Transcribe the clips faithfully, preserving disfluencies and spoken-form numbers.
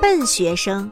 笨学生。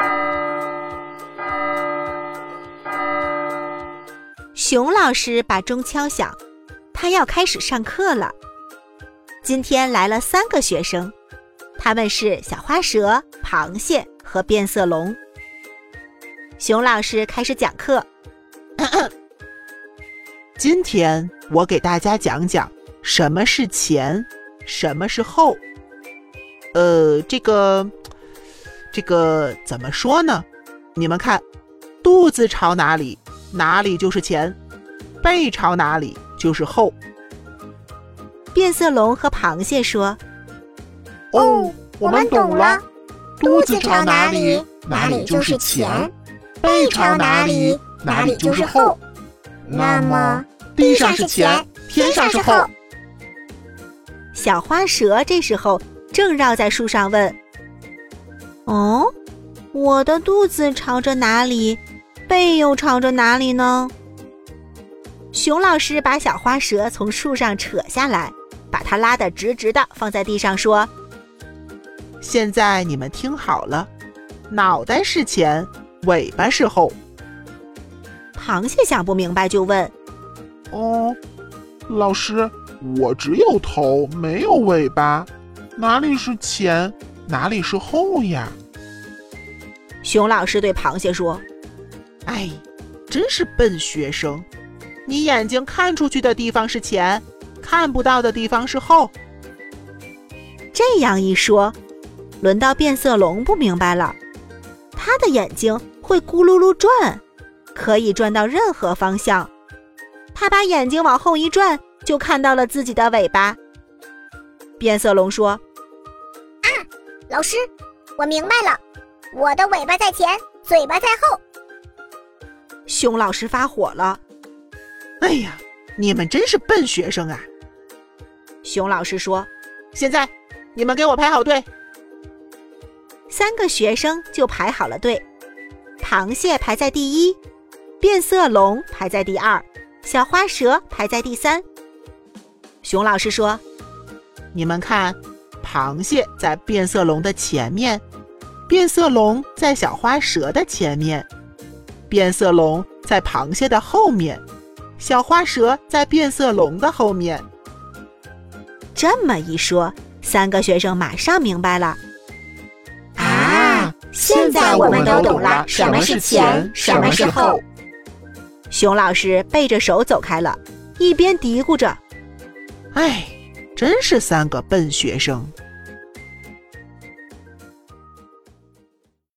熊老师把钟敲响，他要开始上课了。今天来了三个学生，他们是小花蛇、螃蟹和变色龙。熊老师开始讲课。 咳咳今天我给大家讲讲什么是前，什么是后。呃，这个，这个怎么说呢？你们看，肚子朝哪里，哪里就是前；背朝哪里就是后。 变色龙和螃蟹说：“ 哦，我们懂了。肚子朝哪里，哪里就是前；背朝哪里，哪里就是后。那么，地上是前，天上是后。” 小花蛇这时候正绕在树上问：“哦，我的肚子朝着哪里，背又朝着哪里呢？”熊老师把小花蛇从树上扯下来，把它拉得直直的放在地上说：“ 现在你们听好了，脑袋是前，尾巴是后。” 螃蟹想不明白就问：“ 哦，老师，我只有头没有尾巴，哪里是前，哪里是后呀？” 熊老师对螃蟹说：“ 哎，真是笨学生，你眼睛看出去的地方是前，看不到的地方是后。” 这样一说，轮到变色龙不明白了，他的眼睛会咕噜噜转，可以转到任何方向。他把眼睛往后一转，就看到了自己的尾巴。变色龙说：“ 啊，老师，我明白了，我的尾巴在前，嘴巴在后。” 熊老师发火了：“ 哎呀，你们真是笨学生啊！” 熊老师说：“ 现在你们给我排好队。” 三个学生就排好了队，螃蟹排在第一，变色龙排在第二，小花蛇排在第三。熊老师说：“ 你们看，螃蟹在变色龙的前面，变色龙在小花蛇的前面，变色龙在螃蟹的后面，小花蛇在变色龙的后面。” 这么一说，三个学生马上明白了。 啊，现在我们都懂了什么是前，什么是后。 熊老师背着手走开了，一边嘀咕着：“ 哎，真是三个笨学生。”